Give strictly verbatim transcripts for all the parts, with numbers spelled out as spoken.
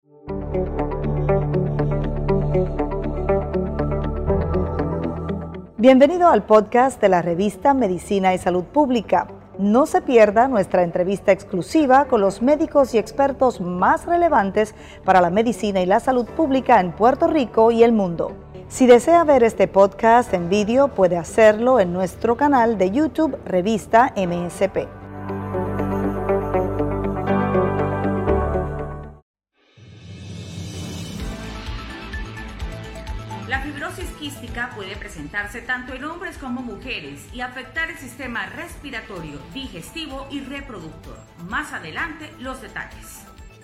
Bienvenido al podcast de la revista Medicina y Salud Pública. No se pierda nuestra entrevista exclusiva con los médicos y expertos más relevantes para la medicina y la salud pública en Puerto Rico y el mundo. Si desea ver este podcast en vídeo, puede hacerlo en nuestro canal de YouTube Revista M S P. La fibrosis quística puede presentarse tanto en hombres como mujeres y afectar el sistema respiratorio, digestivo y reproductor. Más adelante, los detalles.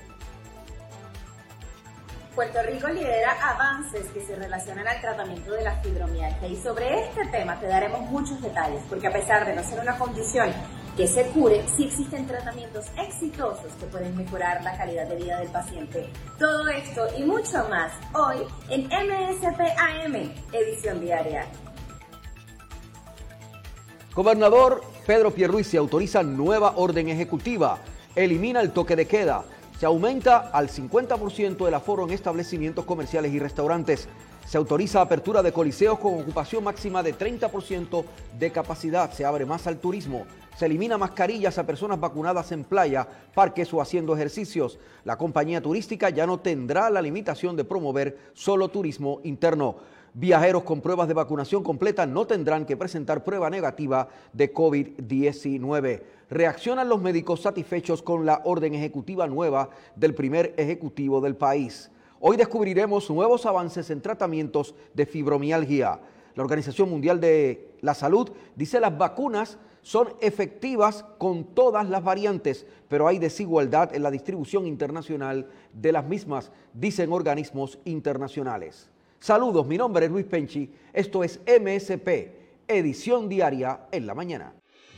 Puerto Rico lidera avances que se relacionan al tratamiento de la fibromialgia y sobre este tema te daremos muchos detalles porque a pesar de no ser una condición que se cure, sí existen tratamientos exitosos que pueden mejorar la calidad de vida del paciente. Todo esto y mucho más hoy en M S P A M, edición diaria. Gobernador Pedro Pierluisi autoriza nueva orden ejecutiva, elimina el toque de queda, se aumenta al cincuenta por ciento el aforo en establecimientos comerciales y restaurantes, se autoriza apertura de coliseos con ocupación máxima de treinta por ciento de capacidad, se abre más al turismo, se elimina mascarillas a personas vacunadas en playa, parques o haciendo ejercicios. La compañía turística ya no tendrá la limitación de promover solo turismo interno. Viajeros con pruebas de vacunación completa no tendrán que presentar prueba negativa de COVID diecinueve. Reaccionan los médicos satisfechos con la orden ejecutiva nueva del primer ejecutivo del país. Hoy descubriremos nuevos avances en tratamientos de fibromialgia. La Organización Mundial de la Salud dice las vacunas son efectivas con todas las variantes, pero hay desigualdad en la distribución internacional de las mismas, dicen organismos internacionales. Saludos, mi nombre es Luis Penchi, esto es M S P, edición diaria en la mañana.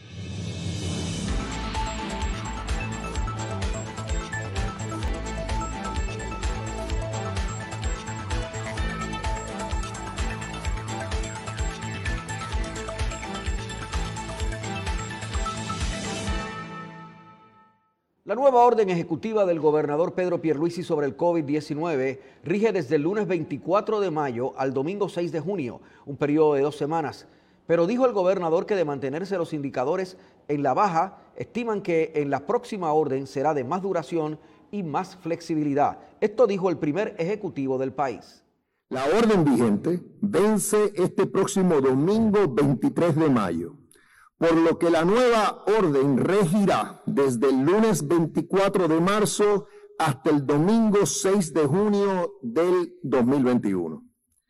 La nueva orden ejecutiva del gobernador Pedro Pierluisi sobre el COVID diecinueve rige desde el lunes veinticuatro de mayo al domingo seis de junio, un periodo de dos semanas. Pero dijo el gobernador que de mantenerse los indicadores en la baja, estiman que en la próxima orden será de más duración y más flexibilidad. Esto dijo el primer ejecutivo del país. La orden vigente vence este próximo domingo veintitrés de mayo. Por lo que la nueva orden regirá desde el lunes veinticuatro de marzo hasta el domingo seis de junio del dos mil veintiuno.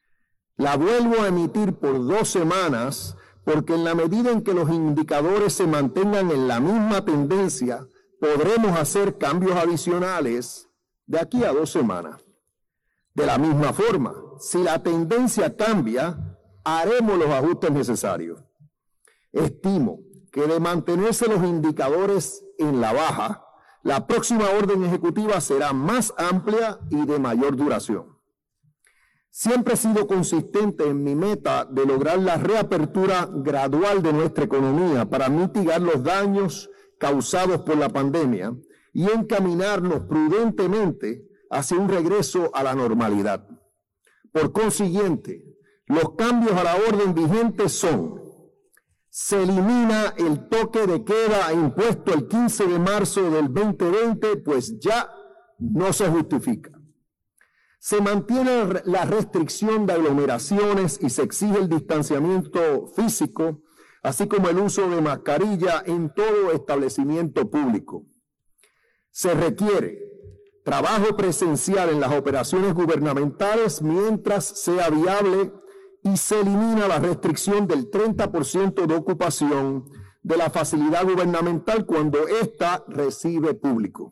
La vuelvo a emitir por dos semanas porque en la medida en que los indicadores se mantengan en la misma tendencia, podremos hacer cambios adicionales de aquí a dos semanas. De la misma forma, si la tendencia cambia, haremos los ajustes necesarios. Estimo que de mantenerse los indicadores en la baja, la próxima orden ejecutiva será más amplia y de mayor duración. Siempre he sido consistente en mi meta de lograr la reapertura gradual de nuestra economía para mitigar los daños causados por la pandemia y encaminarnos prudentemente hacia un regreso a la normalidad. Por consiguiente, los cambios a la orden vigente son: se elimina el toque de queda impuesto el quince de marzo del veinte veinte, pues ya no se justifica. Se mantiene la restricción de aglomeraciones y se exige el distanciamiento físico, así como el uso de mascarilla en todo establecimiento público. Se requiere trabajo presencial en las operaciones gubernamentales mientras sea viable y se elimina la restricción del treinta por ciento de ocupación de la facilidad gubernamental cuando ésta recibe público.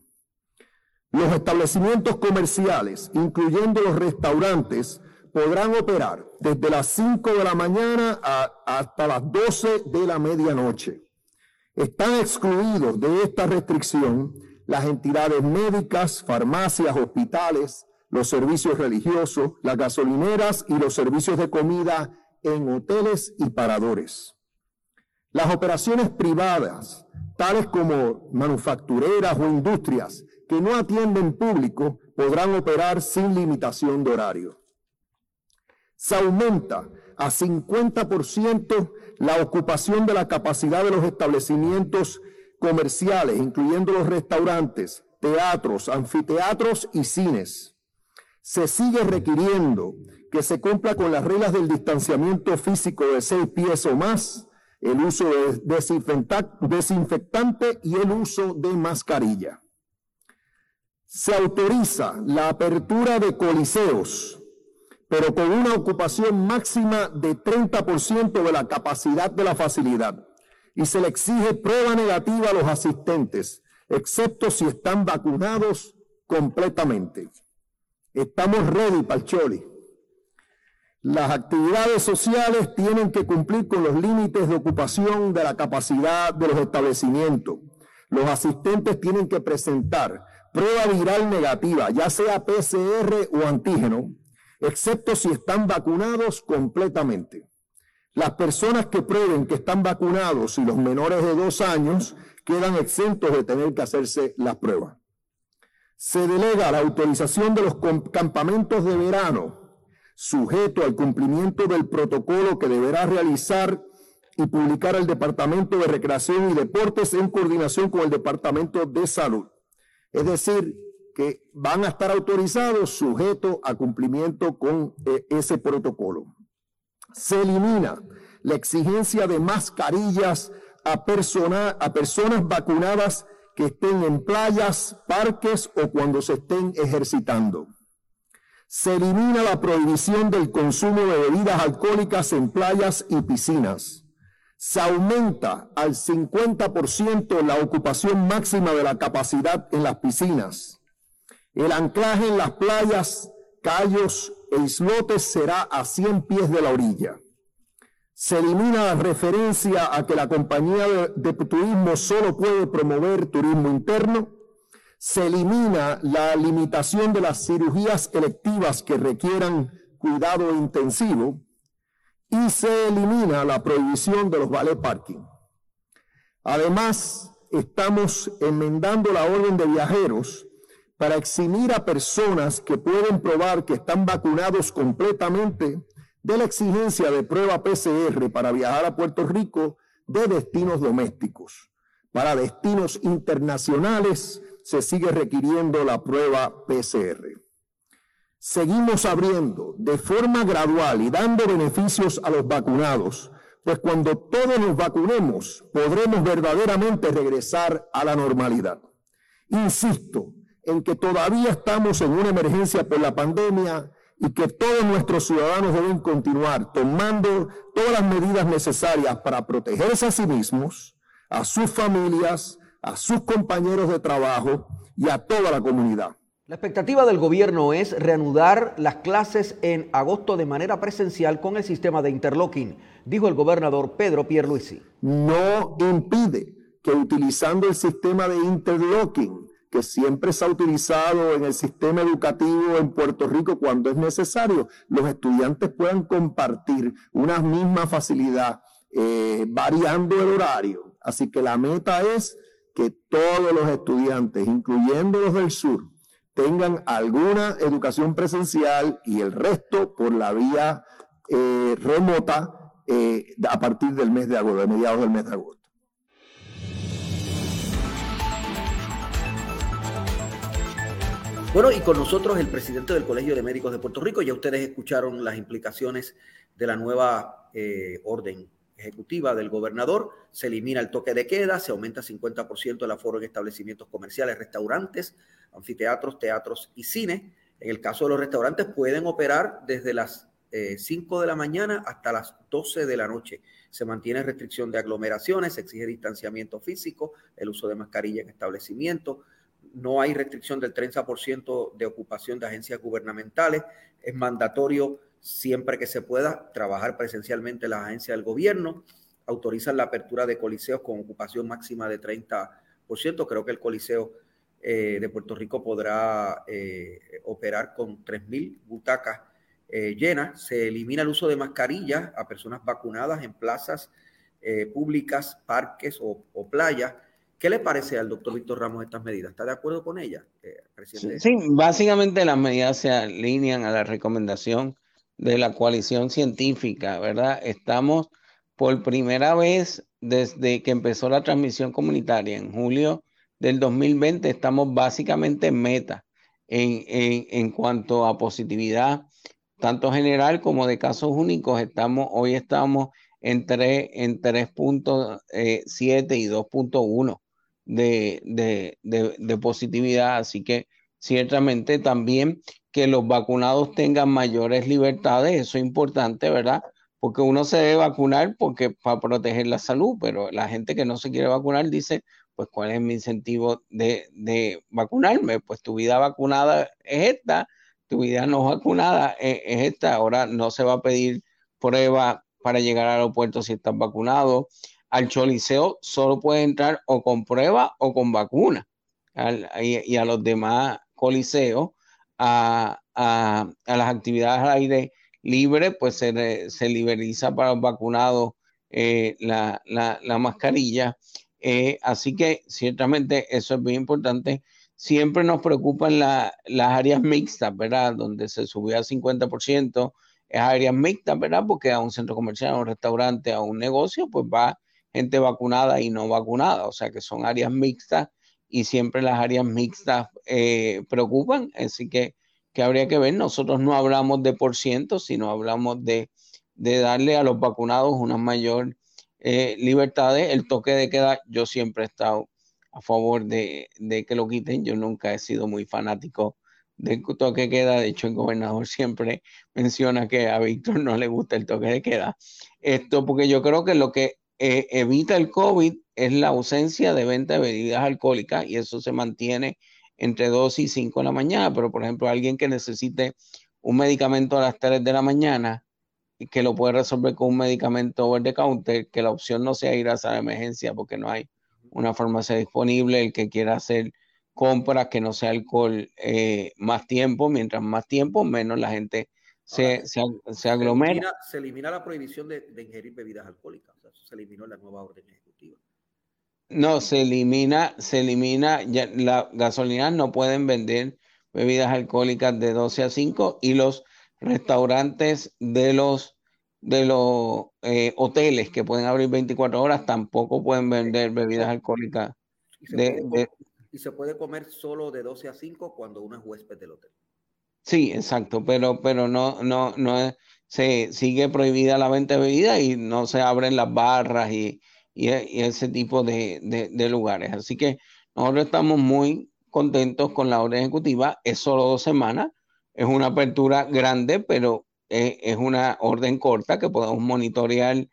Los establecimientos comerciales, incluyendo los restaurantes, podrán operar desde las cinco de la mañana a, hasta las doce de la medianoche. Están excluidos de esta restricción las entidades médicas, farmacias, hospitales, los servicios religiosos, las gasolineras y los servicios de comida en hoteles y paradores. Las operaciones privadas, tales como manufactureras o industrias que no atienden público, podrán operar sin limitación de horario. Se aumenta a cincuenta por ciento la ocupación de la capacidad de los establecimientos comerciales, incluyendo los restaurantes, teatros, anfiteatros y cines. Se sigue requiriendo que se cumpla con las reglas del distanciamiento físico de seis pies o más, el uso de desinfectante y el uso de mascarilla. Se autoriza la apertura de coliseos, pero con una ocupación máxima de treinta por ciento de la capacidad de la facilidad, y se le exige prueba negativa a los asistentes, excepto si están vacunados completamente. Estamos ready para el choli. Las actividades sociales tienen que cumplir con los límites de ocupación de la capacidad de los establecimientos. Los asistentes tienen que presentar prueba viral negativa, ya sea P C R o antígeno, excepto si están vacunados completamente. Las personas que prueben que están vacunados y los menores de dos años quedan exentos de tener que hacerse las pruebas. Se delega la autorización de los campamentos de verano, sujeto al cumplimiento del protocolo que deberá realizar y publicar el Departamento de Recreación y Deportes en coordinación con el Departamento de Salud. Es decir, que van a estar autorizados sujeto a cumplimiento con eh, ese protocolo. Se elimina la exigencia de mascarillas a, persona, a personas vacunadas que estén en playas, parques o cuando se estén ejercitando. Se elimina la prohibición del consumo de bebidas alcohólicas en playas y piscinas. Se aumenta al cincuenta por ciento la ocupación máxima de la capacidad en las piscinas. El anclaje en las playas, cayos e islotes será a cien pies de la orilla. Se elimina la referencia a que la compañía de, de turismo solo puede promover turismo interno. Se elimina la limitación de las cirugías electivas que requieran cuidado intensivo y se elimina la prohibición de los valet parking. Además, estamos enmendando la orden de viajeros para eximir a personas que pueden probar que están vacunados completamente de la exigencia de prueba P C R para viajar a Puerto Rico de destinos domésticos. Para destinos internacionales se sigue requiriendo la prueba P C R. Seguimos abriendo de forma gradual y dando beneficios a los vacunados, pues cuando todos nos vacunemos podremos verdaderamente regresar a la normalidad. Insisto en que todavía estamos en una emergencia por la pandemia y que todos nuestros ciudadanos deben continuar tomando todas las medidas necesarias para protegerse a sí mismos, a sus familias, a sus compañeros de trabajo y a toda la comunidad. La expectativa del gobierno es reanudar las clases en agosto de manera presencial con el sistema de interlocking, dijo el gobernador Pedro Pierluisi. No impide que utilizando el sistema de interlocking, que siempre se ha utilizado en el sistema educativo en Puerto Rico cuando es necesario, los estudiantes puedan compartir una misma facilidad eh, variando el horario. Así que la meta es que todos los estudiantes, incluyendo los del sur, tengan alguna educación presencial y el resto por la vía eh, remota eh, a partir del mes de agosto, de mediados del mes de agosto. Bueno, y con nosotros el presidente del Colegio de Médicos de Puerto Rico. Ya ustedes escucharon las implicaciones de la nueva eh, orden ejecutiva del gobernador. Se elimina el toque de queda, se aumenta cincuenta por ciento el aforo en establecimientos comerciales, restaurantes, anfiteatros, teatros y cines. En el caso de los restaurantes pueden operar desde las eh, cinco de la mañana hasta las doce de la noche. Se mantiene restricción de aglomeraciones, se exige distanciamiento físico, el uso de mascarilla en establecimientos. No hay restricción del treinta por ciento de ocupación de agencias gubernamentales. Es mandatorio siempre que se pueda trabajar presencialmente en las agencias del gobierno. Autorizan la apertura de coliseos con ocupación máxima de treinta por ciento. Creo que el Coliseo eh, de Puerto Rico podrá eh, operar con tres mil butacas eh, llenas. Se elimina el uso de mascarillas a personas vacunadas en plazas eh, públicas, parques o, o playas. ¿Qué le parece al doctor Víctor Ramos estas medidas? ¿Está de acuerdo con ellas, eh, presidente? Sí, básicamente las medidas se alinean a la recomendación de la coalición científica, ¿verdad? Estamos por primera vez desde que empezó la transmisión comunitaria en julio del dos mil veinte, estamos básicamente en meta en, en, en cuanto a positividad, tanto general como de casos únicos. Estamos, hoy estamos en tres en tres punto siete y dos punto uno de, de, de, de positividad, así que ciertamente también que los vacunados tengan mayores libertades, eso es importante, ¿verdad? Porque uno se debe vacunar porque para proteger la salud, pero la gente que no se quiere vacunar dice, pues ¿cuál es mi incentivo de, de vacunarme? Pues tu vida vacunada es esta, tu vida no vacunada es, es esta, ahora no se va a pedir prueba para llegar al aeropuerto si estás vacunado. Al Choliseo solo puedes entrar o con prueba o con vacuna. Al, y, y a los demás coliseos, a, a, a las actividades al aire libre, pues se, se liberiza para los vacunados eh, la, la, la mascarilla. Eh, así que ciertamente eso es bien importante. Siempre nos preocupan la, las áreas mixtas, ¿verdad? Donde se subió a cincuenta por ciento, es áreas mixtas, ¿verdad? Porque a un centro comercial, a un restaurante, a un negocio, pues va gente vacunada y no vacunada. O sea que son áreas mixtas y siempre las áreas mixtas eh, preocupan. Así que, que habría que ver. Nosotros no hablamos de por ciento, sino hablamos de, de darle a los vacunados una mayor eh, libertades. El toque de queda, yo siempre he estado a favor de, de que lo quiten. Yo nunca he sido muy fanático del toque de queda. De hecho, el gobernador siempre menciona que a Víctor no le gusta el toque de queda. Esto porque yo creo que lo que eh, evita el COVID es la ausencia de venta de bebidas alcohólicas y eso se mantiene entre dos y cinco de la mañana. Pero, por ejemplo, alguien que necesite un medicamento a las tres de la mañana y que lo puede resolver con un medicamento over the counter, que la opción no sea ir a esa emergencia porque no hay una farmacia disponible, el que quiera hacer compras que no sea alcohol eh, más tiempo, mientras más tiempo, menos la gente se, Ahora, se, se aglomera. Se elimina, se elimina la prohibición de, de ingerir bebidas alcohólicas, o sea, eso se eliminó en la nueva orden ejecutiva. No, se elimina, se elimina, ya, las gasolineras no pueden vender bebidas alcohólicas de doce a cinco y los restaurantes de los de los eh, hoteles que pueden abrir veinticuatro horas tampoco pueden vender bebidas alcohólicas. Y se, de, puede, de, y se puede comer solo de doce a cinco cuando uno es huésped del hotel. Sí, exacto, pero, pero no, no, no es, se sigue prohibida la venta de bebidas y no se abren las barras y, y, y ese tipo de, de, de lugares. Así que nosotros estamos muy contentos con la orden ejecutiva. Es solo dos semanas, es una apertura grande, pero es, es una orden corta que podemos monitorear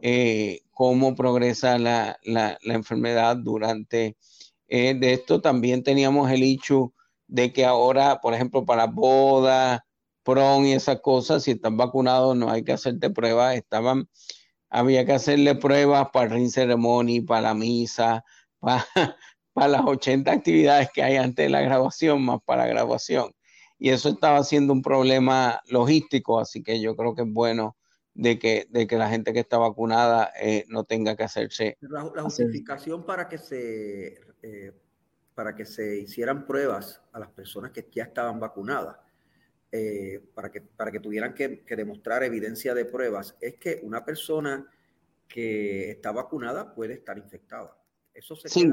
eh, cómo progresa la, la, la enfermedad durante eh, de esto. También teníamos el hecho de que ahora, por ejemplo, para bodas, prom y esas cosas, si están vacunados no hay que hacerte pruebas. Estaban, había que hacerle pruebas para el ring ceremony, para la misa, para, para las ochenta actividades que hay antes de la graduación, más para la graduación. Y eso estaba siendo un problema logístico, así que yo creo que es bueno de que, de que la gente que está vacunada eh, no tenga que hacerse. La, la justificación hacer... para que se eh, para que se hicieran pruebas a las personas que ya estaban vacunadas, eh, para, que, para que tuvieran que, que demostrar evidencia de pruebas, es que una persona que está vacunada puede estar infectada. Eso se sí, queda...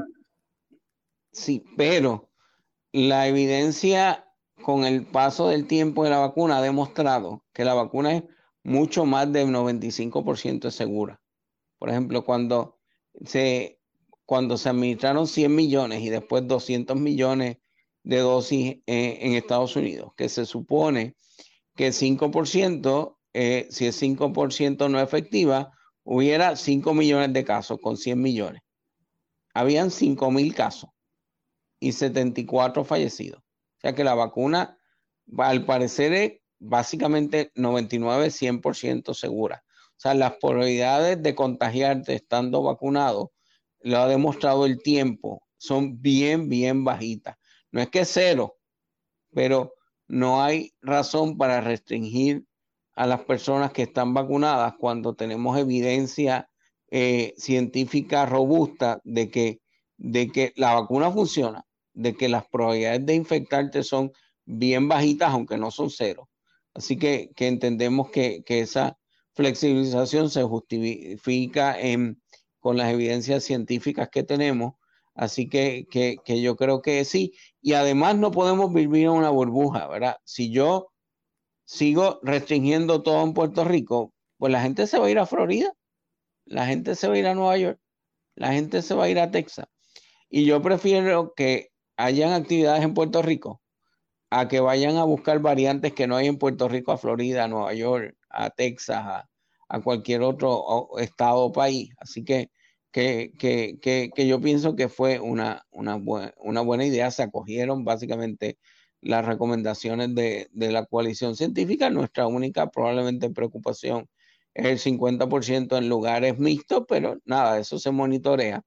sí, pero la evidencia con el paso del tiempo de la vacuna ha demostrado que la vacuna es mucho más del noventa y cinco por ciento segura. Por ejemplo, cuando se, cuando se administraron cien millones y después doscientos millones de dosis eh, en Estados Unidos, que se supone que cinco por ciento, eh, si es cinco por ciento no efectiva, hubiera cinco millones de casos con cien millones. Habían cinco mil casos y setenta y cuatro fallecidos. O sea que la vacuna, al parecer, es básicamente noventa y nueve a cien por ciento segura. O sea, las probabilidades de contagiarte estando vacunado, lo ha demostrado el tiempo, son bien, bien bajitas. No es que es cero, pero no hay razón para restringir a las personas que están vacunadas cuando tenemos evidencia eh, científica robusta de que de que la vacuna funciona, de que las probabilidades de infectarte son bien bajitas, aunque no son cero. Así que, que entendemos que, que esa flexibilización se justifica en, con las evidencias científicas que tenemos. Así que, que, que yo creo que sí. Y además no podemos vivir en una burbuja, ¿verdad? Si yo sigo restringiendo todo en Puerto Rico, pues la gente se va a ir a Florida, la gente se va a ir a Nueva York, la gente se va a ir a Texas. Y yo prefiero que hayan actividades en Puerto Rico a que vayan a buscar variantes que no hay en Puerto Rico, a Florida, a Nueva York, a Texas, a, a cualquier otro estado o país. Así que, que, que, que, que yo pienso que fue una, una, buen, una buena idea. Se acogieron básicamente las recomendaciones de, de la coalición científica. Nuestra única probablemente preocupación es el cincuenta por ciento en lugares mixtos, pero nada, eso se monitorea.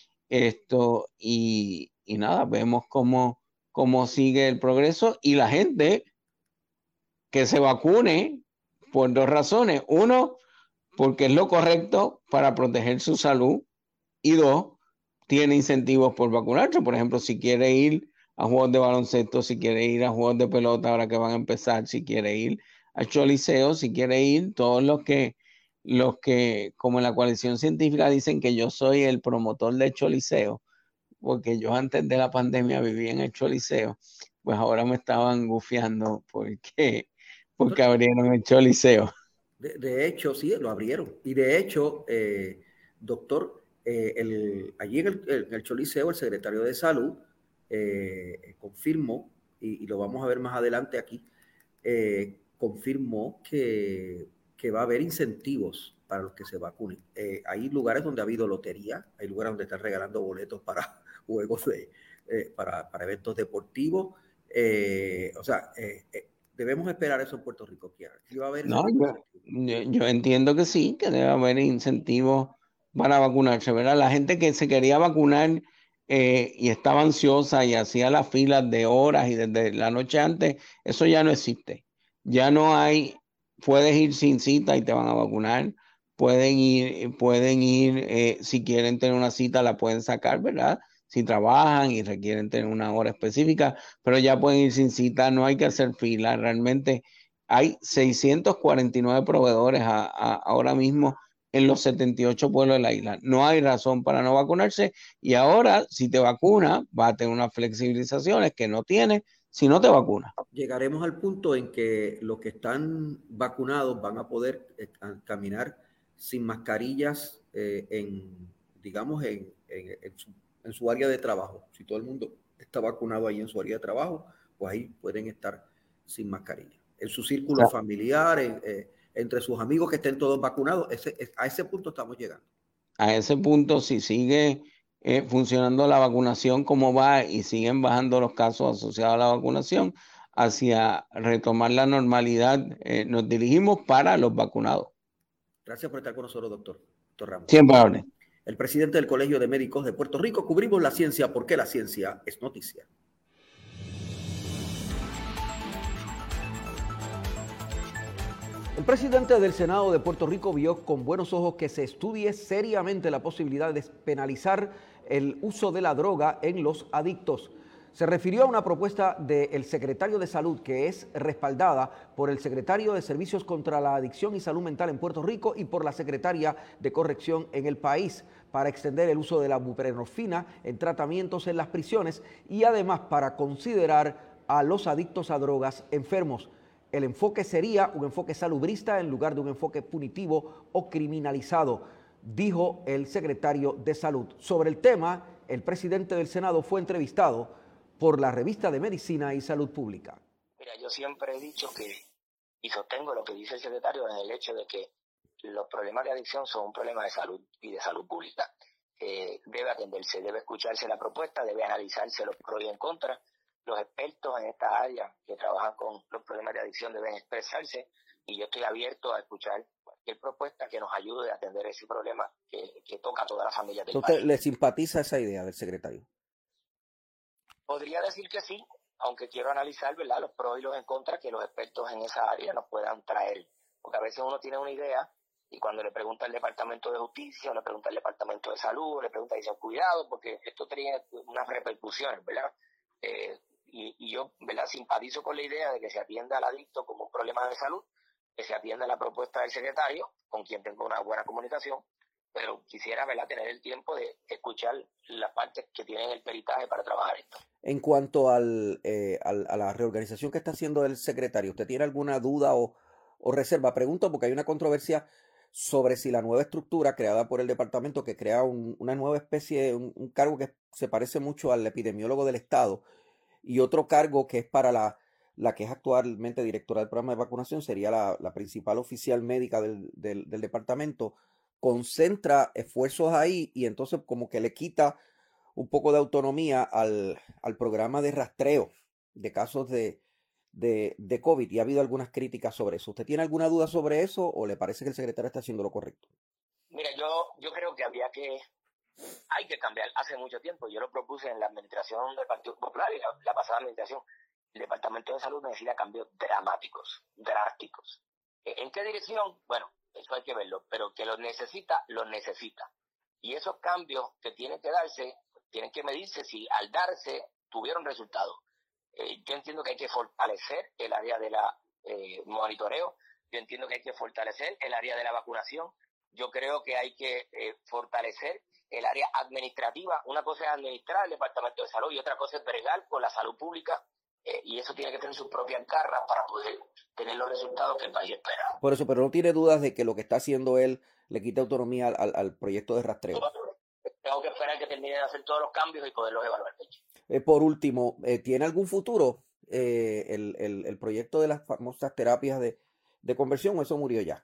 Esto, y, y nada, vemos cómo, cómo sigue el progreso y la gente que se vacune por dos razones. Uno, porque es lo correcto para proteger su salud, y dos, tiene incentivos por vacunarse. Por ejemplo, si quiere ir a juegos de baloncesto, si quiere ir a juegos de pelota ahora que van a empezar, si quiere ir a choliseo, si quiere ir, todos los que los que, como en la coalición científica, dicen que yo soy el promotor de choliseo, porque yo antes de la pandemia vivía en el Choliseo, pues ahora me estaban gufiando porque, porque abrieron el Choliseo. De, de hecho, sí, lo abrieron. Y de hecho, eh, doctor, eh, el, allí en el, en el Choliseo, el secretario de Salud eh, confirmó, y, y lo vamos a ver más adelante aquí, eh, confirmó que, que va a haber incentivos para los que se vacunen. Eh, hay lugares donde ha habido lotería, hay lugares donde están regalando boletos para juegos de, eh, para, para eventos deportivos. Eh, o sea, eh, eh, debemos esperar eso en Puerto Rico. ¿Sí va a haber no, yo, yo, yo entiendo que sí, que debe haber incentivos para vacunarse, ¿verdad? La gente que se quería vacunar eh, y estaba ansiosa y hacía las filas de horas y desde la noche antes, eso ya no existe. Ya no hay, puedes ir sin cita y te van a vacunar. Pueden ir, pueden ir, eh, si quieren tener una cita, la pueden sacar, ¿verdad? Si trabajan y requieren tener una hora específica, pero ya pueden ir sin cita, no hay que hacer fila. Realmente hay seiscientos cuarenta y nueve proveedores a, a, ahora mismo en los setenta y ocho pueblos de la isla. No hay razón para no vacunarse, y ahora si te vacunas va a tener unas flexibilizaciones que no tiene si no te vacunas. Llegaremos al punto en que los que están vacunados van a poder eh, caminar sin mascarillas eh, en, digamos, en, en, en, su, en su área de trabajo. Si todo el mundo está vacunado ahí en su área de trabajo, pues ahí pueden estar sin mascarilla. En su círculo sí. familiar, en, eh, entre sus amigos que estén todos vacunados, ese, a ese punto estamos llegando. A ese punto, si sigue eh, funcionando la vacunación como va y siguen bajando los casos asociados a la vacunación, hacia retomar la normalidad, eh, nos dirigimos para los vacunados. Gracias por estar con nosotros, doctor, doctor Ramos. Siempre hable. El presidente del Colegio de Médicos de Puerto Rico. Cubrimos la ciencia porque la ciencia es noticia. El presidente del Senado de Puerto Rico vio con buenos ojos que se estudie seriamente la posibilidad de penalizar el uso de la droga en los adictos. Se refirió a una propuesta del secretario de Salud que es respaldada por el secretario de Servicios contra la Adicción y Salud Mental en Puerto Rico y por la secretaria de Corrección en el país, para extender el uso de la buprenorfina en tratamientos en las prisiones y además para considerar a los adictos a drogas enfermos. El enfoque sería un enfoque salubrista en lugar de un enfoque punitivo o criminalizado, dijo el secretario de Salud. Sobre el tema, el presidente del Senado fue entrevistado por la revista de Medicina y Salud Pública. Mira, yo siempre he dicho que, y sostengo lo que dice el secretario en el hecho de que los problemas de adicción son un problema de salud y de salud pública. Eh, debe atenderse, debe escucharse la propuesta, debe analizarse los pros y en contra. Los expertos en esta área que trabajan con los problemas de adicción deben expresarse, y yo estoy abierto a escuchar cualquier propuesta que nos ayude a atender ese problema que, que toca a todas las familias del ¿Usted país. le simpatiza esa idea del secretario? Podría decir que sí, aunque quiero analizar, ¿verdad?, los pros y los en contra que los expertos en esa área nos puedan traer, porque a veces uno tiene una idea Y cuando le pregunta al Departamento de Justicia, o le pregunta al Departamento de Salud, o le pregunta, dicen, cuidado, porque esto tiene unas repercusiones, ¿verdad? Eh, y, y yo, ¿verdad?, simpatizo con la idea de que se atienda al adicto como un problema de salud, que se atienda la propuesta del secretario, con quien tengo una buena comunicación, pero quisiera, ¿verdad?, tener el tiempo de escuchar las partes que tienen el peritaje para trabajar esto. En cuanto al, eh, al, a la reorganización que está haciendo el secretario, ¿usted tiene alguna duda o, o reserva? Pregunto porque hay una controversia sobre si la nueva estructura creada por el departamento, que crea un, una nueva especie, un, un cargo que se parece mucho al epidemiólogo del Estado, y otro cargo que es para la, la que es actualmente directora del programa de vacunación, sería la, la principal oficial médica del, del, del departamento, concentra esfuerzos ahí y entonces como que le quita un poco de autonomía al, al programa de rastreo de casos de, de, de COVID, y ha habido algunas críticas sobre eso. ¿Usted tiene alguna duda sobre eso o le parece que el secretario está haciendo lo correcto? Mira, yo, yo creo que había que, hay que cambiar hace mucho tiempo. Yo lo propuse en la administración del Partido Popular y la, la pasada administración. El Departamento de Salud necesita cambios dramáticos, drásticos. ¿En qué dirección? Bueno, eso hay que verlo, pero que los necesita, los necesita. Y esos cambios que tienen que darse, tienen que medirse si al darse tuvieron resultados. Eh, yo entiendo que hay que fortalecer el área de la eh, monitoreo, yo entiendo que hay que fortalecer el área de la vacunación, yo creo que hay que eh, fortalecer el área administrativa. Una cosa es administrar el Departamento de Salud y otra cosa es bregar con la salud pública, eh, y eso tiene que tener sus propias garras para poder tener los resultados que el país espera. Por eso, pero no tiene dudas de que lo que está haciendo él le quita autonomía al, al, al proyecto de rastreo. Tengo que esperar que termine de hacer todos los cambios y poderlos evaluar. Eh, por último, eh, ¿tiene algún futuro eh, el, el, el proyecto de las famosas terapias de, de conversión o eso murió ya?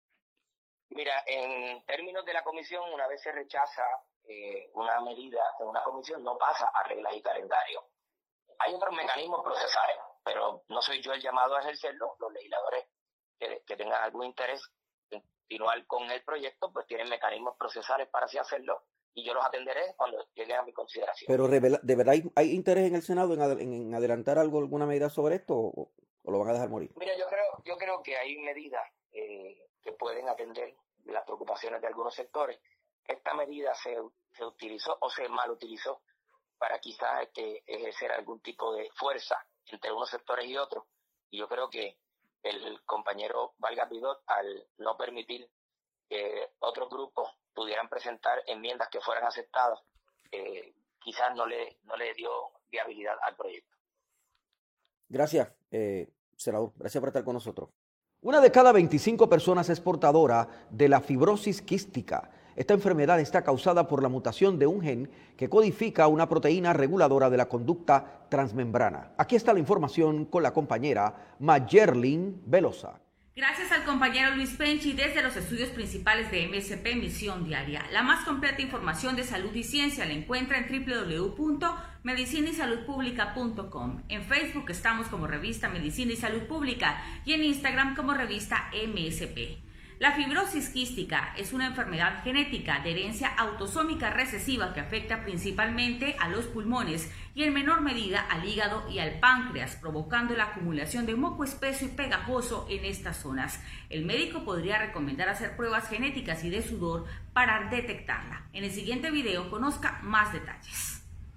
Mira, en términos de la comisión, una vez se rechaza eh, una medida en una comisión, no pasa a reglas y calendario. Hay otros mecanismos procesales, pero no soy yo el llamado a ejercerlo. Los legisladores que, que tengan algún interés en continuar con el proyecto, pues tienen mecanismos procesales para así hacerlo, y yo los atenderé cuando lleguen a mi consideración. Pero ¿de verdad hay, hay interés en el Senado en, ad, en adelantar algo, alguna medida sobre esto, o, o lo van a dejar morir? Mira, yo creo, yo creo que hay medidas eh, que pueden atender las preocupaciones de algunos sectores. Esta medida se, se utilizó o se mal utilizó para quizás este, ejercer algún tipo de fuerza entre unos sectores y otros, y yo creo que el compañero Vargas Vidot, al no permitir que otros grupos pudieran presentar enmiendas que fueran aceptadas, eh, quizás no le, no le dio viabilidad al proyecto. Gracias, eh, senador. Gracias por estar con nosotros. Una de cada veinticinco personas es portadora de la fibrosis quística. Esta enfermedad está causada por la mutación de un gen que codifica una proteína reguladora de la conducta transmembrana. Aquí está la información con la compañera Mayerlin Velosa. Gracias al compañero Luis Penchi desde los estudios principales de M S P Misión Diaria. La más completa información de salud y ciencia la encuentra en doble u doble u doble u punto medicina y salud pública punto com. En Facebook estamos como Revista Medicina y Salud Pública y en Instagram como Revista M S P. La fibrosis quística es una enfermedad genética de herencia autosómica recesiva que afecta principalmente a los pulmones y en menor medida al hígado y al páncreas, provocando la acumulación de moco espeso y pegajoso en estas zonas. El médico podría recomendar hacer pruebas genéticas y de sudor para detectarla. En el siguiente video conozca más detalles.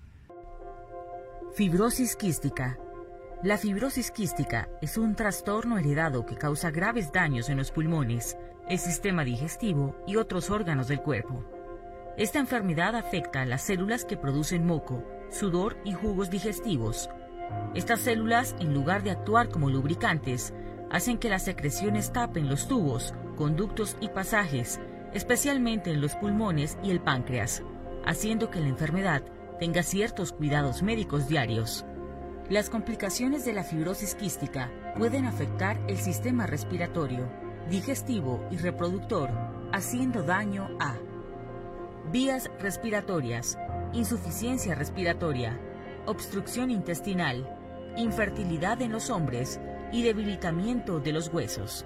Fibrosis quística. La fibrosis quística es un trastorno heredado que causa graves daños en los pulmones, el sistema digestivo y otros órganos del cuerpo. Esta enfermedad afecta a las células que producen moco, sudor y jugos digestivos. Estas células, en lugar de actuar como lubricantes, hacen que las secreciones tapen los tubos, conductos y pasajes, especialmente en los pulmones y el páncreas, haciendo que la enfermedad tenga ciertos cuidados médicos diarios. Las complicaciones de la fibrosis quística pueden afectar el sistema respiratorio, digestivo y reproductor, haciendo daño a vías respiratorias, insuficiencia respiratoria, obstrucción intestinal, infertilidad en los hombres y debilitamiento de los huesos.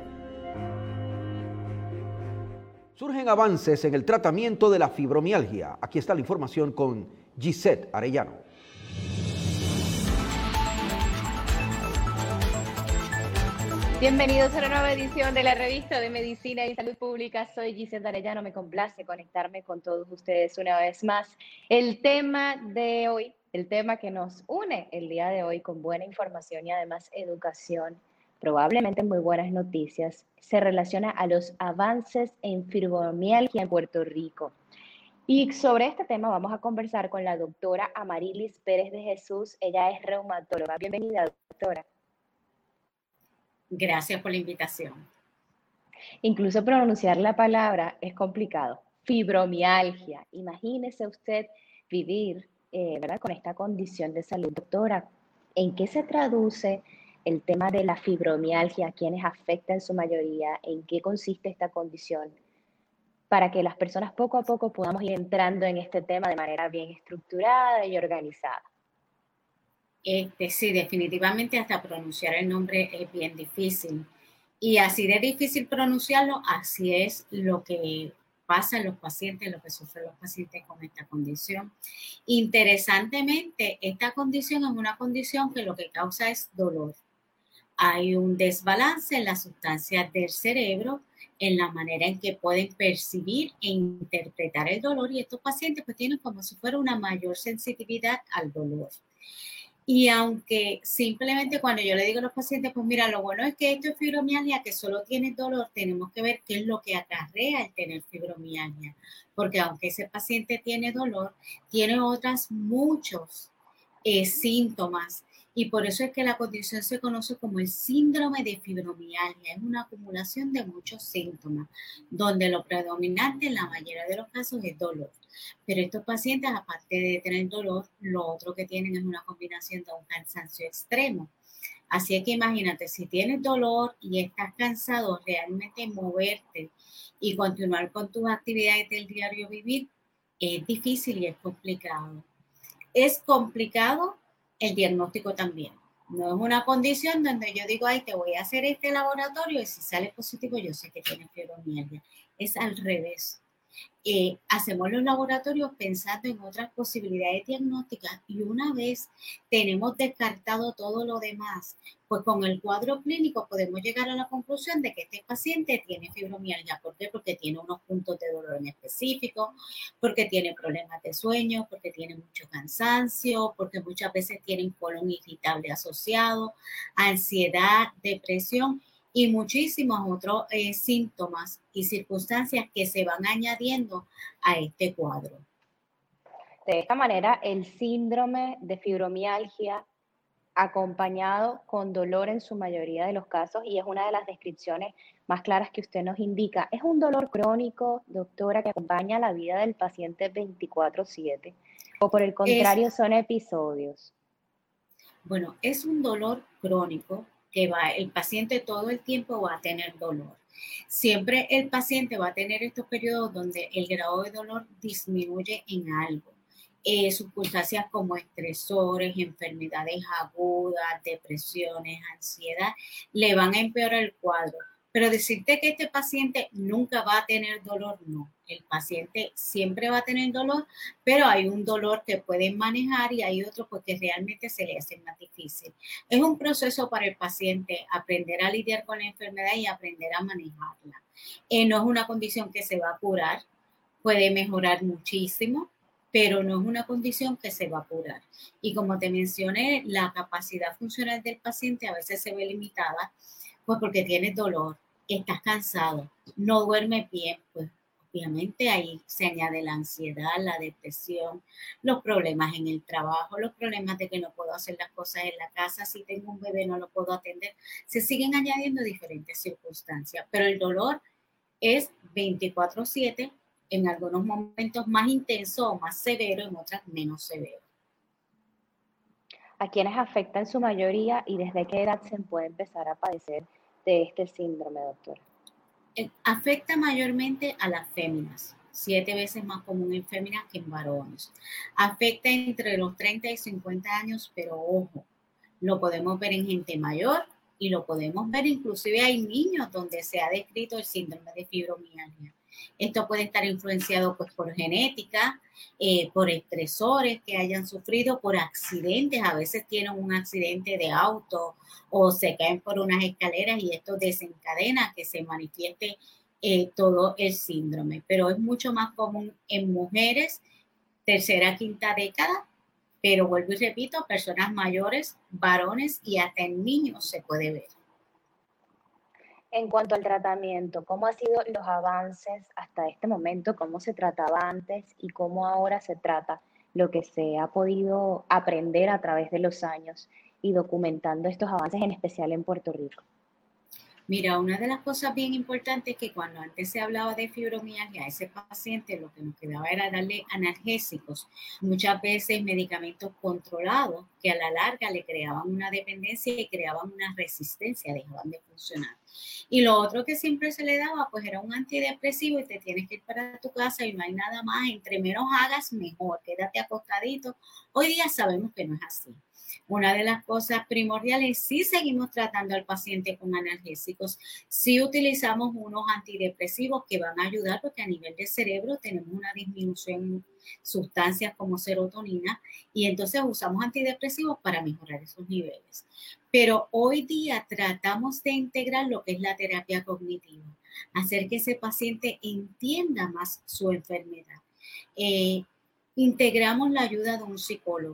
Surgen avances en el tratamiento de la fibromialgia. Aquí está la información con Gisette Arellano. Bienvenidos a una nueva edición de la revista de Medicina y Salud Pública. Soy Giselle Arellano, me complace conectarme con todos ustedes una vez más. El tema de hoy, el tema que nos une el día de hoy con buena información y además educación, probablemente muy buenas noticias, se relaciona a los avances en fibromialgia en Puerto Rico. Y sobre este tema vamos a conversar con la doctora Amarilis Pérez de Jesús. Ella es reumatóloga. Bienvenida, doctora. Gracias por la invitación. Incluso pronunciar la palabra es complicado. Fibromialgia. Imagínese usted vivir eh, ¿verdad? con esta condición de salud. Doctora, ¿en qué se traduce el tema de la fibromialgia? ¿A quiénes afecta en su mayoría? ¿En qué consiste esta condición? Para que las personas poco a poco podamos ir entrando en este tema de manera bien estructurada y organizada. Este, sí, definitivamente hasta pronunciar el nombre es bien difícil. Y así de difícil pronunciarlo, así es lo que pasa en los pacientes, lo que sufren los pacientes con esta condición. Interesantemente, esta condición es una condición que lo que causa es dolor. Hay un desbalance en las sustancias del cerebro, en la manera en que pueden percibir e interpretar el dolor, y estos pacientes pues tienen como si fuera una mayor sensibilidad al dolor. Y aunque simplemente cuando yo le digo a los pacientes, pues mira, lo bueno es que esto es fibromialgia, que solo tienes dolor, tenemos que ver qué es lo que acarrea el tener fibromialgia. Porque aunque ese paciente tiene dolor, tiene otras muchos eh, síntomas. Y por eso es que la condición se conoce como el síndrome de fibromialgia. Es una acumulación de muchos síntomas, donde lo predominante en la mayoría de los casos es dolor. Pero estos pacientes, aparte de tener dolor, lo otro que tienen es una combinación de un cansancio extremo. Así es que imagínate, si tienes dolor y estás cansado, realmente moverte y continuar con tus actividades del diario vivir es difícil y es complicado. Es complicado el diagnóstico también. No es una condición donde yo digo, ay, te voy a hacer este laboratorio y si sale positivo yo sé que tienes fibromialgia. Es al revés. Eh, hacemos los laboratorios pensando en otras posibilidades diagnósticas y una vez tenemos descartado todo lo demás, pues con el cuadro clínico podemos llegar a la conclusión de que este paciente tiene fibromialgia. ¿Por qué? Porque tiene unos puntos de dolor en específico, porque tiene problemas de sueño, porque tiene mucho cansancio, porque muchas veces tienen colon irritable asociado, ansiedad, depresión y muchísimos otros eh, síntomas y circunstancias que se van añadiendo a este cuadro. De esta manera, el síndrome de fibromialgia acompañado con dolor en su mayoría de los casos, y es una de las descripciones más claras que usted nos indica, ¿es un dolor crónico, doctora, que acompaña la vida del paciente veinticuatro siete? ¿O por el contrario es, son episodios? Bueno, es un dolor crónico que va, el paciente todo el tiempo va a tener dolor. Siempre el paciente va a tener estos periodos donde el grado de dolor disminuye en algo. Eh, circunstancias como estresores, enfermedades agudas, depresiones, ansiedad, le van a empeorar el cuadro. Pero decirte que este paciente nunca va a tener dolor, no. El paciente siempre va a tener dolor, pero hay un dolor que pueden manejar y hay otro porque realmente se le hace más difícil. Es un proceso para el paciente aprender a lidiar con la enfermedad y aprender a manejarla. Eh, no es una condición que se va a curar, puede mejorar muchísimo, pero no es una condición que se va a curar. Y como te mencioné, la capacidad funcional del paciente a veces se ve limitada, pues porque tienes dolor, estás cansado, no duermes bien, pues obviamente ahí se añade la ansiedad, la depresión, los problemas en el trabajo, los problemas de que no puedo hacer las cosas en la casa, si tengo un bebé no lo puedo atender, se siguen añadiendo diferentes circunstancias, pero el dolor es veinticuatro siete, en algunos momentos más intenso o más severo, en otras menos severo. ¿A quiénes afecta en su mayoría y desde qué edad se puede empezar a padecer de este síndrome, doctora? Afecta mayormente a las féminas, siete veces más común en féminas que en varones. Afecta entre los treinta y cincuenta años, pero ojo, lo podemos ver en gente mayor y lo podemos ver, inclusive hay niños donde se ha descrito el síndrome de fibromialgia. Esto puede estar influenciado pues por genética, eh, por estresores que hayan sufrido, por accidentes. A veces tienen un accidente de auto o se caen por unas escaleras y esto desencadena que se manifieste eh, todo el síndrome. Pero es mucho más común en mujeres, tercera, quinta década, pero vuelvo y repito, personas mayores, varones y hasta en niños se puede ver. En cuanto al tratamiento, ¿cómo han sido los avances hasta este momento? ¿Cómo se trataba antes y cómo ahora se trata lo que se ha podido aprender a través de los años y documentando estos avances, en especial en Puerto Rico? Mira, una de las cosas bien importantes es que cuando antes se hablaba de fibromialgia, a ese paciente lo que nos quedaba era darle analgésicos, muchas veces medicamentos controlados que a la larga le creaban una dependencia y creaban una resistencia, dejaban de funcionar. Y lo otro que siempre se le daba pues era un antidepresivo y te tienes que ir para tu casa y no hay nada más, entre menos hagas mejor, quédate acostadito. Hoy día sabemos que no es así. Una de las cosas primordiales, sí seguimos tratando al paciente con analgésicos, sí utilizamos unos antidepresivos que van a ayudar porque a nivel de cerebro tenemos una disminución en sustancias como serotonina y entonces usamos antidepresivos para mejorar esos niveles. Pero hoy día tratamos de integrar lo que es la terapia cognitiva, hacer que ese paciente entienda más su enfermedad. Eh, integramos la ayuda de un psicólogo.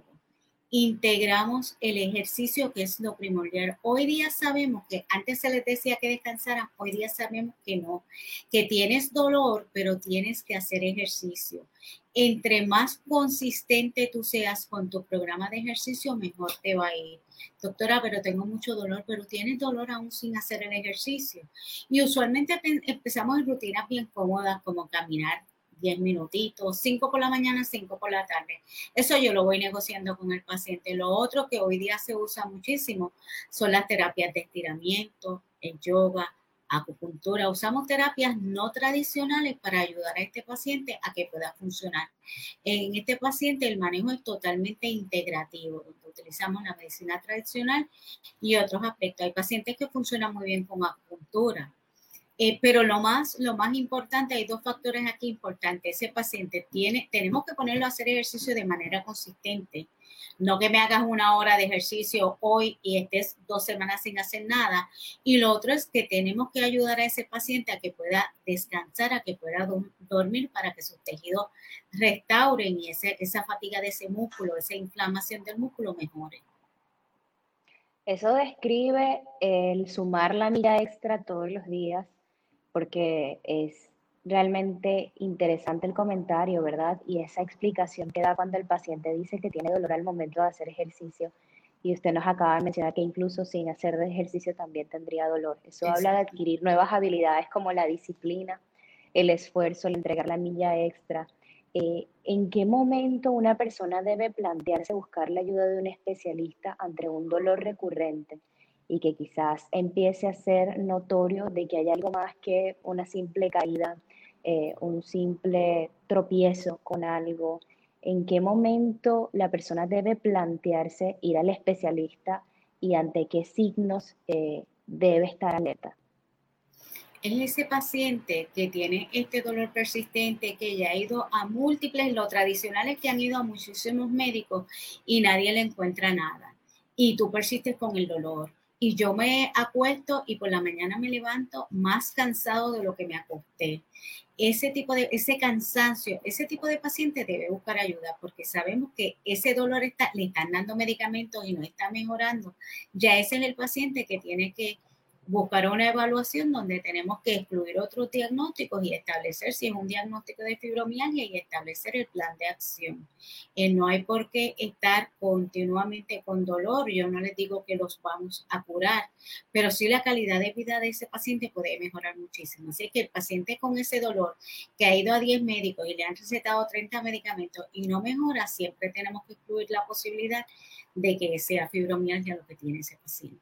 Integramos el ejercicio, que es lo primordial. Hoy día sabemos que antes se les decía que descansaran, hoy día sabemos que no, que tienes dolor, pero tienes que hacer ejercicio. Entre más consistente tú seas con tu programa de ejercicio, mejor te va a ir. Doctora, pero tengo mucho dolor, pero tienes dolor aún sin hacer el ejercicio. Y usualmente empezamos en rutinas bien cómodas, como caminar diez minutitos, cinco por la mañana, cinco por la tarde. Eso yo lo voy negociando con el paciente. Lo otro que hoy día se usa muchísimo son las terapias de estiramiento, el yoga, acupuntura. Usamos terapias no tradicionales para ayudar a este paciente a que pueda funcionar. En este paciente el manejo es totalmente integrativo, donde utilizamos la medicina tradicional y otros aspectos. Hay pacientes que funcionan muy bien con acupuntura. Eh, pero lo más, lo más importante, hay dos factores aquí importantes. Ese paciente tiene, tenemos que ponerlo a hacer ejercicio de manera consistente. No que me hagas una hora de ejercicio hoy y estés dos semanas sin hacer nada. Y lo otro es que tenemos que ayudar a ese paciente a que pueda descansar, a que pueda do- dormir para que sus tejidos restauren y ese, esa fatiga de ese músculo, esa inflamación del músculo mejore. Eso describe el sumar la milla extra todos los días, porque es realmente interesante el comentario, ¿verdad? Y esa explicación que da cuando el paciente dice que tiene dolor al momento de hacer ejercicio. Y usted nos acaba de mencionar que incluso sin hacer ejercicio también tendría dolor. Eso habla de adquirir nuevas habilidades como la disciplina, el esfuerzo, el entregar la milla extra. Eh, ¿En qué momento una persona debe plantearse buscar la ayuda de un especialista ante un dolor recurrente y que quizás empiece a ser notorio de que hay algo más que una simple caída, eh, un simple tropiezo con algo? ¿En qué momento la persona debe plantearse ir al especialista y ante qué signos eh, debe estar alerta? Es ese paciente que tiene este dolor persistente, que ya ha ido a múltiples, lo tradicional es que han ido a muchísimos médicos y nadie le encuentra nada. Y tú persistes con el dolor. Y yo me acuesto y por la mañana me levanto más cansado de lo que me acosté. Ese tipo de, ese cansancio, ese tipo de paciente debe buscar ayuda porque sabemos que ese dolor está, le están dando medicamentos y no está mejorando. Ya ese es el paciente que tiene que buscar una evaluación donde tenemos que excluir otros diagnósticos y establecer si es un diagnóstico de fibromialgia y establecer el plan de acción. Eh, no hay por qué estar continuamente con dolor. Yo no les digo que los vamos a curar, pero sí la calidad de vida de ese paciente puede mejorar muchísimo. Así que el paciente con ese dolor que ha ido a diez médicos y le han recetado treinta medicamentos y no mejora, siempre tenemos que excluir la posibilidad de que sea fibromialgia lo que tiene ese paciente.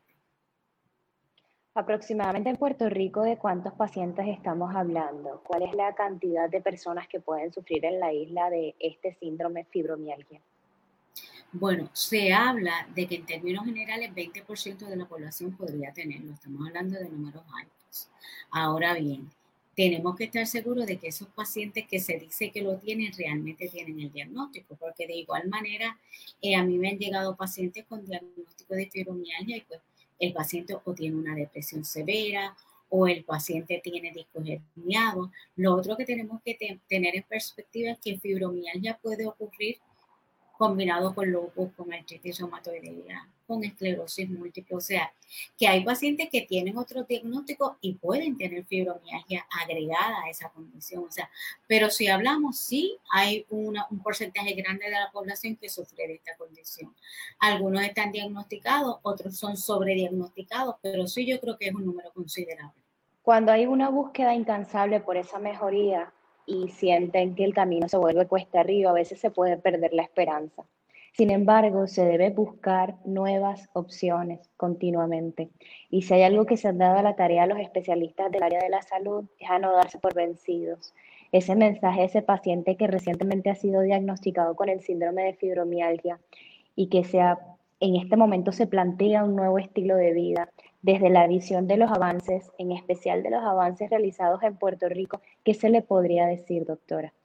Aproximadamente en Puerto Rico, ¿de cuántos pacientes estamos hablando? ¿Cuál es la cantidad de personas que pueden sufrir en la isla de este síndrome fibromialgia? Bueno, se habla de que en términos generales veinte por ciento de la población podría tenerlo. Estamos hablando de números altos. Ahora bien, tenemos que estar seguros de que esos pacientes que se dice que lo tienen realmente tienen el diagnóstico, porque de igual manera eh, a mí me han llegado pacientes con diagnóstico de fibromialgia y pues el paciente o tiene una depresión severa o el paciente tiene discos herniados. Lo otro que tenemos que te- tener en perspectiva es que fibromialgia puede ocurrir combinado con lupus, con artritis reumatoidea, con esclerosis múltiple. O sea, que hay pacientes que tienen otros diagnósticos y pueden tener fibromialgia agregada a esa condición. O sea, pero si hablamos, sí hay una, un porcentaje grande de la población que sufre de esta condición. Algunos están diagnosticados, otros son sobrediagnosticados, pero sí yo creo que es un número considerable. Cuando hay una búsqueda incansable por esa mejoría y sienten que el camino se vuelve cuesta arriba, a veces se puede perder la esperanza. Sin embargo, se debe buscar nuevas opciones continuamente. Y si hay algo que se han dado a la tarea a los especialistas del área de la salud, es a no darse por vencidos. Ese mensaje a ese paciente que recientemente ha sido diagnosticado con el síndrome de fibromialgia y que sea, en este momento se plantea un nuevo estilo de vida, desde la visión de los avances, en especial de los avances realizados en Puerto Rico, ¿qué se le podría decir, doctora?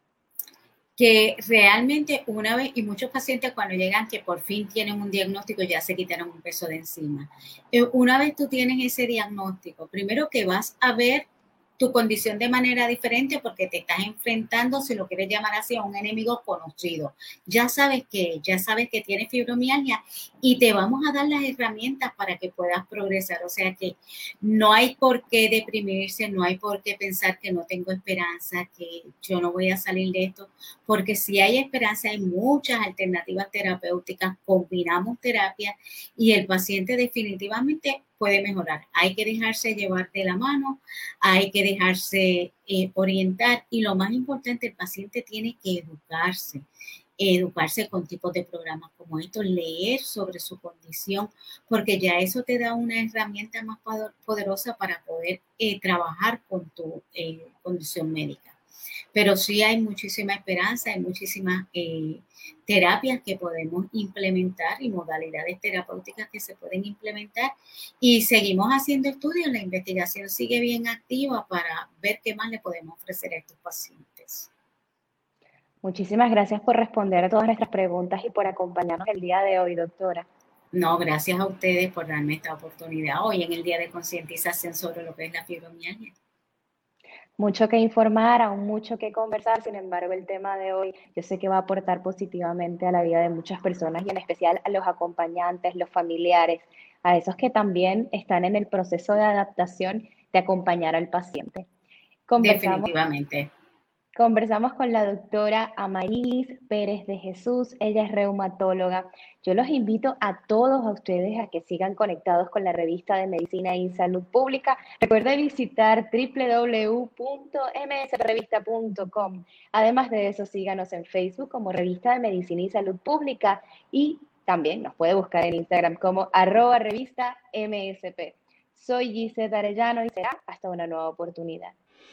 Que realmente una vez, y muchos pacientes cuando llegan que por fin tienen un diagnóstico ya se quitaron un peso de encima. Eh, Una vez tú tienes ese diagnóstico, primero que vas a ver tu condición de manera diferente porque te estás enfrentando, si lo quieres llamar así, a un enemigo conocido. Ya sabes que, ya sabes que tienes fibromialgia y te vamos a dar las herramientas para que puedas progresar. O sea que no hay por qué deprimirse, no hay por qué pensar que no tengo esperanza, que yo no voy a salir de esto, porque si hay esperanza, hay muchas alternativas terapéuticas, combinamos terapias y el paciente definitivamente puede mejorar. Hay que dejarse llevar de la mano, hay que dejarse eh, orientar y lo más importante, el paciente tiene que educarse, educarse con tipos de programas como estos, leer sobre su condición, porque ya eso te da una herramienta más poderosa para poder eh, trabajar con tu eh, condición médica. Pero sí hay muchísima esperanza, hay muchísimas eh, terapias que podemos implementar y modalidades terapéuticas que se pueden implementar y seguimos haciendo estudios, la investigación sigue bien activa para ver qué más le podemos ofrecer a estos pacientes. Muchísimas gracias por responder a todas nuestras preguntas y por acompañarnos el día de hoy, doctora. No, gracias a ustedes por darme esta oportunidad hoy en el Día de Concientización sobre lo que es la fibromialgia. Mucho que informar, aún mucho que conversar, sin embargo el tema de hoy yo sé que va a aportar positivamente a la vida de muchas personas y en especial a los acompañantes, los familiares, a esos que también están en el proceso de adaptación de acompañar al paciente. Conversamos, Definitivamente. Conversamos con la doctora Amarilis Pérez de Jesús, ella es reumatóloga. Yo los invito a todos a ustedes a que sigan conectados con la revista de Medicina y Salud Pública. Recuerden visitar doble u doble u doble u punto m s revista punto com. Además de eso, síganos en Facebook como Revista de Medicina y Salud Pública y también nos puede buscar en Instagram como arroba revista M S P. Soy Gisette Arellano y será hasta una nueva oportunidad.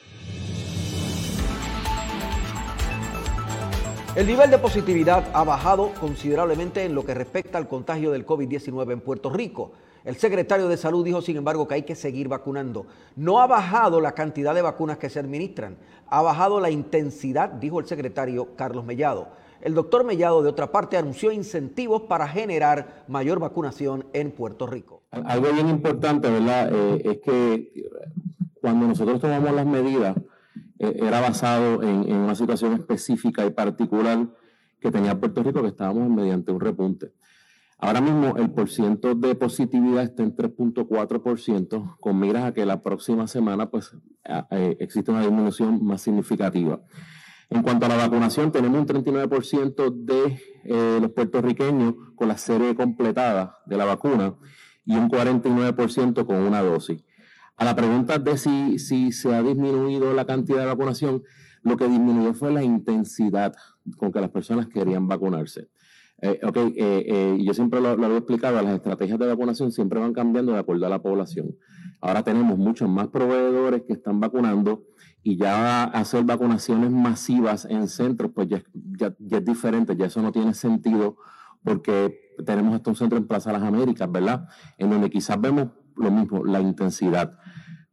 El nivel de positividad ha bajado considerablemente en lo que respecta al contagio del COVID diecinueve en Puerto Rico. El secretario de Salud dijo, sin embargo, que hay que seguir vacunando. No ha bajado la cantidad de vacunas que se administran, ha bajado la intensidad, dijo el secretario Carlos Mellado. El doctor Mellado, de otra parte, anunció incentivos para generar mayor vacunación en Puerto Rico. Algo bien importante, ¿verdad? Eh, es que cuando nosotros tomamos las medidas, era basado en, en una situación específica y particular que tenía Puerto Rico, que estábamos mediante un repunte. Ahora mismo el porciento de positividad está en tres punto cuatro por ciento, con miras a que la próxima semana pues, eh, existe una disminución más significativa. En cuanto a la vacunación, tenemos un treinta y nueve por ciento de eh, los puertorriqueños con la serie completada de la vacuna y un cuarenta y nueve por ciento con una dosis. A la pregunta de si, si se ha disminuido la cantidad de vacunación, lo que disminuyó fue la intensidad con que las personas querían vacunarse. Eh, ok, eh, eh, yo siempre lo, lo había explicado, las estrategias de vacunación siempre van cambiando de acuerdo a la población. Ahora tenemos muchos más proveedores que están vacunando y ya hacer vacunaciones masivas en centros, pues ya, ya, ya es diferente, ya eso no tiene sentido porque tenemos hasta un centro en Plaza Las Américas, ¿verdad? En donde quizás vemos lo mismo, la intensidad.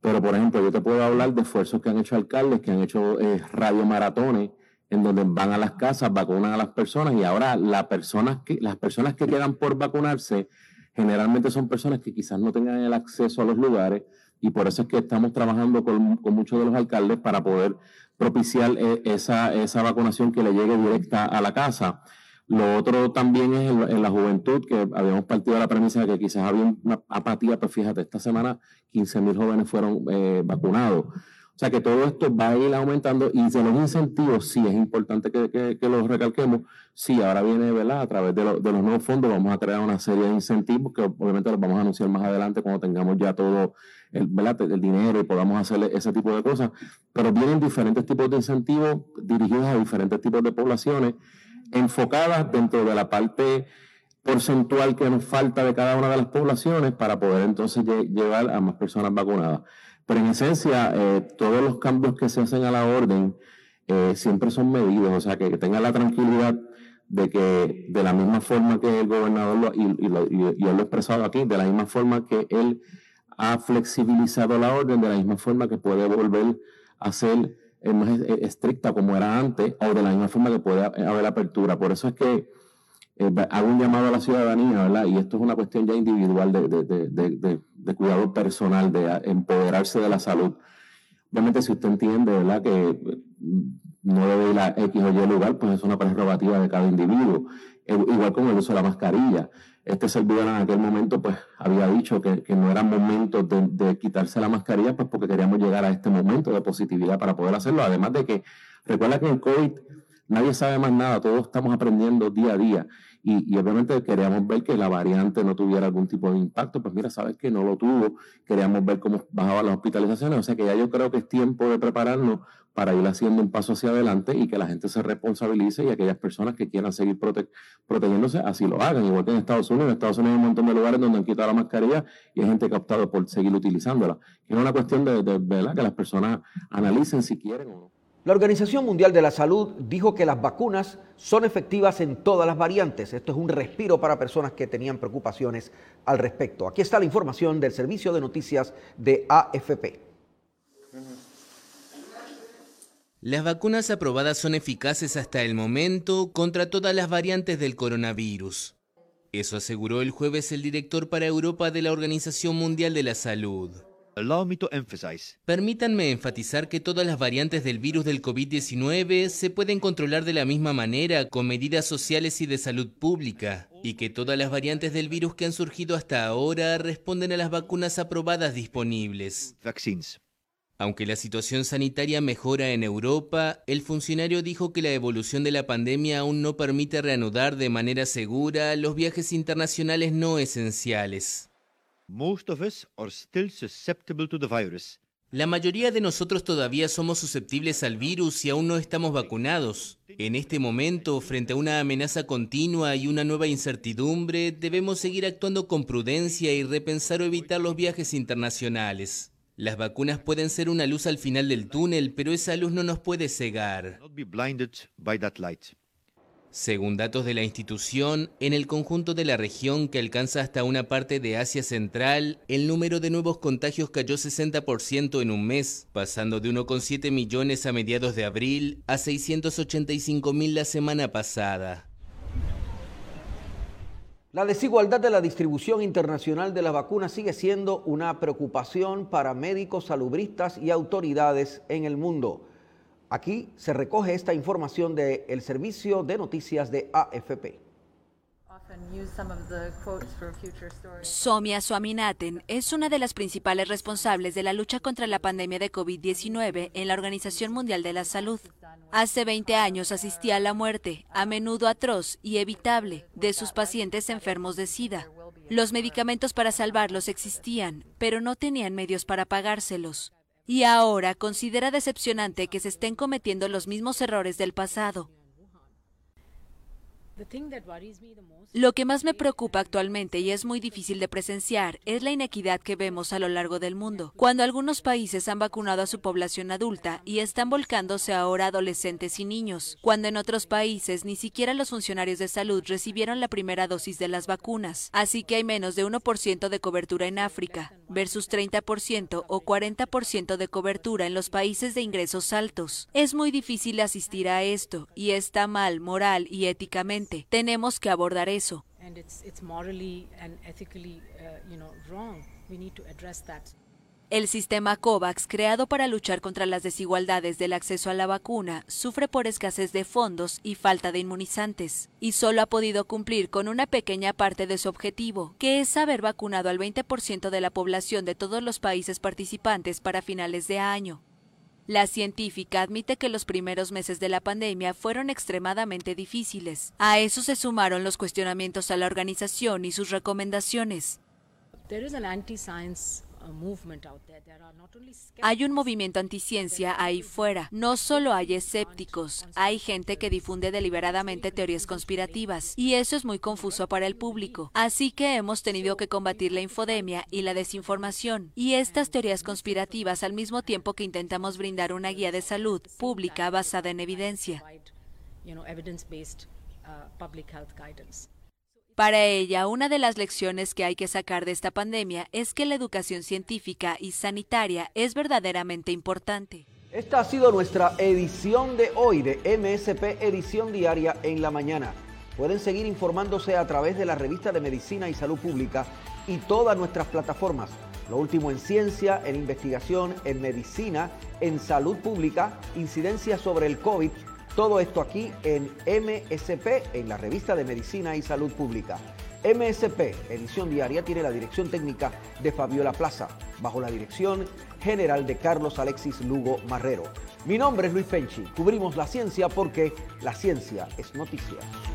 Pero, por ejemplo, yo te puedo hablar de esfuerzos que han hecho alcaldes, que han hecho eh, radiomaratones, en donde van a las casas, vacunan a las personas, y ahora la personas que, las personas que quedan por vacunarse generalmente son personas que quizás no tengan el acceso a los lugares, y por eso es que estamos trabajando con, con muchos de los alcaldes para poder propiciar eh, esa, esa vacunación que le llegue directa a la casa. Lo otro también es en, en la juventud, que habíamos partido de la premisa de que quizás había una apatía, pues fíjate, esta semana quince mil jóvenes fueron eh, vacunados. O sea que todo esto va a ir aumentando, y de los incentivos, sí es importante que, que, que los recalquemos. Sí, ahora viene, ¿verdad? A través de, lo, de los nuevos fondos vamos a crear una serie de incentivos que obviamente los vamos a anunciar más adelante cuando tengamos ya todo el, ¿verdad? el dinero y podamos hacer ese tipo de cosas. Pero vienen diferentes tipos de incentivos dirigidos a diferentes tipos de poblaciones, enfocadas dentro de la parte porcentual que nos falta de cada una de las poblaciones para poder entonces llevar a más personas vacunadas. Pero en esencia, eh, todos los cambios que se hacen a la orden eh, siempre son medidos, o sea, que, que tengan la tranquilidad de que de la misma forma que el gobernador lo, y, y, lo, y, y él lo ha expresado aquí, de la misma forma que él ha flexibilizado la orden, de la misma forma que puede volver a ser eh, más estricta como era antes, o de la misma forma que puede haber apertura. Por eso es que Eh, hago un llamado a la ciudadanía, ¿verdad? Y esto es una cuestión ya individual de, de, de, de, de, de cuidado personal, de empoderarse de la salud. Obviamente, si usted entiende, ¿verdad?, que no debe ir a X o Y lugar, pues es una prerrogativa de cada individuo. Eh, igual con el uso de la mascarilla. Este servidor en aquel momento, pues, había dicho que, que no era momento de, de quitarse la mascarilla, pues porque queríamos llegar a este momento de positividad para poder hacerlo. Además de que, recuerda que en el COVID nadie sabe más nada, todos estamos aprendiendo día a día, y, y obviamente queríamos ver que la variante no tuviera algún tipo de impacto. Pues mira, sabes que no lo tuvo, queríamos ver cómo bajaban las hospitalizaciones, o sea que ya yo creo que es tiempo de prepararnos para ir haciendo un paso hacia adelante y que la gente se responsabilice, y aquellas personas que quieran seguir prote protegiéndose, así lo hagan, igual que en Estados Unidos. En Estados Unidos hay un montón de lugares donde han quitado la mascarilla y hay gente que ha optado por seguir utilizándola. Es una cuestión de, de, de ¿verdad?, que las personas analicen si quieren o no. La Organización Mundial de la Salud dijo que las vacunas son efectivas en todas las variantes. Esto es un respiro para personas que tenían preocupaciones al respecto. Aquí está la información del Servicio de Noticias de A F P. Las vacunas aprobadas son eficaces hasta el momento contra todas las variantes del coronavirus. Eso aseguró el jueves el director para Europa de la Organización Mundial de la Salud. Allow me to emphasize. Permítanme enfatizar que todas las variantes del virus del COVID diecinueve se pueden controlar de la misma manera con medidas sociales y de salud pública, y que todas las variantes del virus que han surgido hasta ahora responden a las vacunas aprobadas disponibles. Vaccines. Aunque la situación sanitaria mejora en Europa, el funcionario dijo que la evolución de la pandemia aún no permite reanudar de manera segura los viajes internacionales no esenciales. Most of us are still susceptible to the virus. La mayoría de nosotros todavía somos susceptibles al virus y aún no estamos vacunados. En este momento, frente a una amenaza continua y una nueva incertidumbre, debemos seguir actuando con prudencia y repensar o evitar los viajes internacionales. Las vacunas pueden ser una luz al final del túnel, pero esa luz no nos puede cegar. Not be blinded by that light. Según datos de la institución, en el conjunto de la región, que alcanza hasta una parte de Asia Central, el número de nuevos contagios cayó sesenta por ciento en un mes, pasando de uno coma siete millones a mediados de abril a seiscientos ochenta y cinco mil la semana pasada. La desigualdad de la distribución internacional de las vacunas sigue siendo una preocupación para médicos, salubristas y autoridades en el mundo. Aquí se recoge esta información del Servicio de Noticias de A F P. Soumya Swaminathan es una de las principales responsables de la lucha contra la pandemia de COVID diecinueve en la Organización Mundial de la Salud. Hace veinte años asistía a la muerte, a menudo atroz y evitable, de sus pacientes enfermos de SIDA. Los medicamentos para salvarlos existían, pero no tenían medios para pagárselos. Y ahora considera decepcionante que se estén cometiendo los mismos errores del pasado. Lo que más me preocupa actualmente, y es muy difícil de presenciar, es la inequidad que vemos a lo largo del mundo. Cuando algunos países han vacunado a su población adulta y están volcándose ahora a adolescentes y niños, cuando en otros países ni siquiera los funcionarios de salud recibieron la primera dosis de las vacunas, así que hay menos de uno por ciento de cobertura en África. versus treinta por ciento o cuarenta por ciento de cobertura en los países de ingresos altos. Es muy difícil asistir a esto y está mal moral y éticamente. Tenemos que abordar eso. El sistema COVAX, creado para luchar contra las desigualdades del acceso a la vacuna, sufre por escasez de fondos y falta de inmunizantes, y solo ha podido cumplir con una pequeña parte de su objetivo, que es haber vacunado al veinte por ciento de la población de todos los países participantes para finales de año. La científica admite que los primeros meses de la pandemia fueron extremadamente difíciles. A eso se sumaron los cuestionamientos a la organización y sus recomendaciones. Hay un movimiento anticiencia ahí fuera. No solo hay escépticos, hay gente que difunde deliberadamente teorías conspirativas, y eso es muy confuso para el público. Así que hemos tenido que combatir la infodemia y la desinformación, y estas teorías conspirativas al mismo tiempo que intentamos brindar una guía de salud pública basada en evidencia. Para ella, una de las lecciones que hay que sacar de esta pandemia es que la educación científica y sanitaria es verdaderamente importante. Esta ha sido nuestra edición de hoy de M S P Edición Diaria en la Mañana. Pueden seguir informándose a través de la revista de Medicina y Salud Pública y todas nuestras plataformas. Lo último en ciencia, en investigación, en medicina, en salud pública, incidencias sobre el COVID. Todo esto aquí en M S P, en la revista de Medicina y Salud Pública. M S P, edición diaria, tiene la dirección técnica de Fabiola Plaza, bajo la dirección general de Carlos Alexis Lugo Marrero. Mi nombre es Luis Penchi. Cubrimos la ciencia porque la ciencia es noticia.